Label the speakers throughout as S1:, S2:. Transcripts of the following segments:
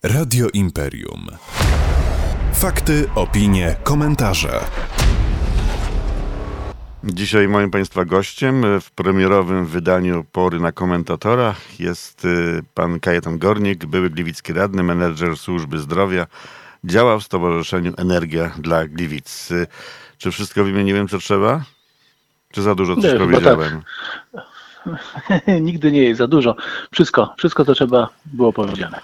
S1: Radio Imperium. Fakty, opinie, komentarze.
S2: Dzisiaj moim Państwa gościem w premierowym wydaniu Pory na komentatora jest pan Kajetan Gornik, były gliwicki radny, menedżer służby zdrowia. Działa w Stowarzyszeniu Energia dla Gliwic. Czy wszystko wymieniłem, co trzeba? Czy za dużo coś powiedziałem?
S3: Tak. Nigdy nie jest za dużo. Wszystko co trzeba było powiedziane.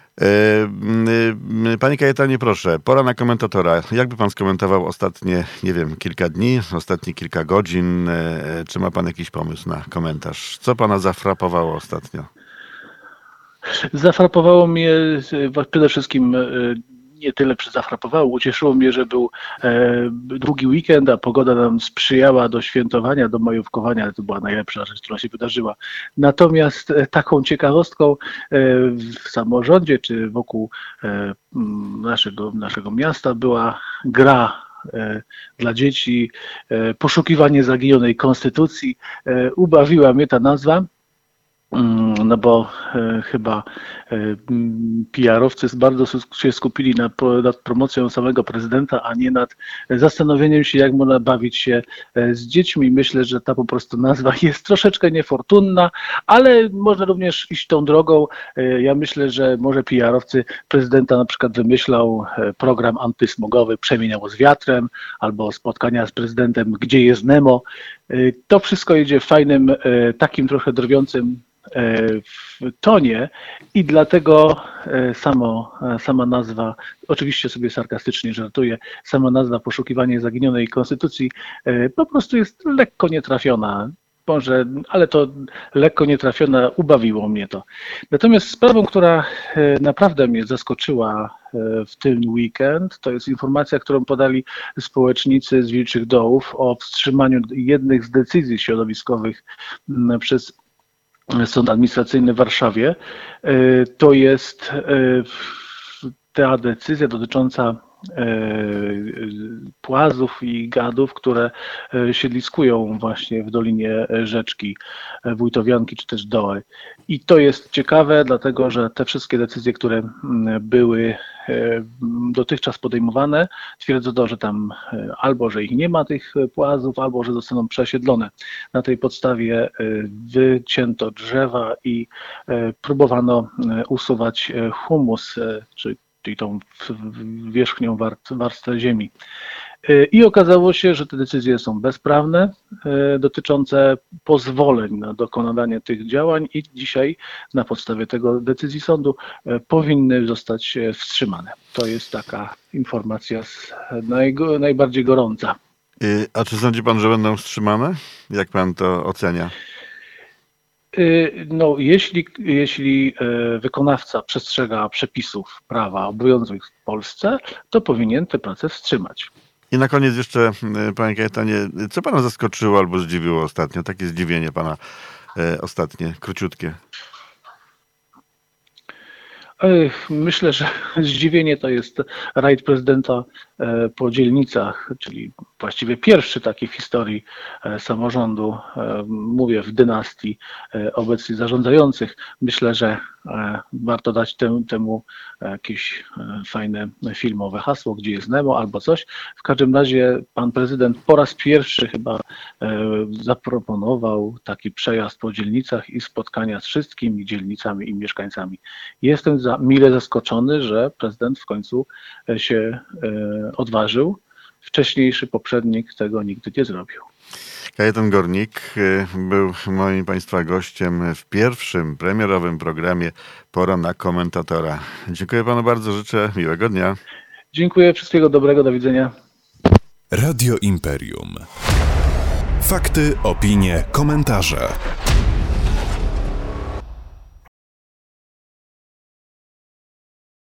S2: Panie Kajetanie, proszę, pora na komentatora. Jakby pan skomentował ostatnie, kilka dni, ostatnie kilka godzin? Czy ma pan jakiś pomysł na komentarz? Co pana zafrapowało ostatnio?
S3: Zafrapowało mnie przede wszystkim nie tyle zafrapowało, ucieszyło mnie, że był długi weekend, a pogoda nam sprzyjała do świętowania, do majówkowania. To była najlepsza rzecz, która się wydarzyła. Natomiast taką ciekawostką w samorządzie czy wokół naszego miasta była gra dla dzieci, poszukiwanie zaginionej konstytucji. Ubawiła mnie ta nazwa. No bo chyba PR-owcy bardzo się skupili nad promocją samego prezydenta, a nie nad zastanowieniem się, jak można bawić się z dziećmi. Myślę, że ta po prostu nazwa jest troszeczkę niefortunna, ale można również iść tą drogą. Ja myślę, że może PR-owcy prezydenta na przykład wymyślał program antysmogowy Przemieniało z wiatrem, albo spotkania z prezydentem Gdzie jest Nemo. To wszystko idzie w fajnym, takim trochę drwiącym w tonie i dlatego sama nazwa, oczywiście sobie sarkastycznie żartuję, sama nazwa Poszukiwanie zaginionej konstytucji po prostu jest lekko nietrafiona. Może, ale to lekko nietrafiona, ubawiło mnie to. Natomiast sprawą, która naprawdę mnie zaskoczyła w ten weekend, to jest informacja, którą podali społecznicy z Wilczych Dołów o wstrzymaniu jednych z decyzji środowiskowych przez Sąd Administracyjny w Warszawie. To jest ta decyzja dotycząca płazów i gadów, które siedliskują właśnie w dolinie rzeczki Wójtowianki czy też Doły. I to jest ciekawe, dlatego że te wszystkie decyzje, które były dotychczas podejmowane, twierdzono, że tam albo, że ich nie ma tych płazów, albo, że zostaną przesiedlone. Na tej podstawie wycięto drzewa i próbowano usuwać humus, czyli tą wierzchnią warstwę ziemi. I okazało się, że te decyzje są bezprawne, dotyczące pozwoleń na dokonywanie tych działań i dzisiaj na podstawie tego decyzji sądu powinny zostać wstrzymane. To jest taka informacja najbardziej gorąca.
S2: A czy sądzi pan, że będą wstrzymane? Jak pan to ocenia?
S3: No, jeśli wykonawca przestrzega przepisów prawa obowiązujących w Polsce, to powinien tę pracę wstrzymać.
S2: I na koniec jeszcze, panie Kajetanie, co pana zaskoczyło albo zdziwiło ostatnio? Takie zdziwienie pana ostatnie, króciutkie.
S3: Myślę, że zdziwienie to jest rajd prezydenta po dzielnicach, czyli właściwie pierwszy taki w historii samorządu, mówię w dynastii obecnie zarządzających. Myślę, że warto dać temu jakieś fajne filmowe hasło, Gdzie jest Nemo albo coś. W każdym razie pan prezydent po raz pierwszy chyba zaproponował taki przejazd po dzielnicach i spotkania z wszystkimi dzielnicami i mieszkańcami. Jestem mile zaskoczony, że prezydent w końcu się odważył. Wcześniejszy poprzednik tego nigdy nie zrobił.
S2: Kajetan Gornik był moim Państwa gościem w pierwszym premierowym programie Pora na komentatora. Dziękuję panu bardzo, życzę miłego dnia.
S3: Dziękuję, wszystkiego dobrego, do widzenia.
S1: Radio Imperium. Fakty, opinie, komentarze.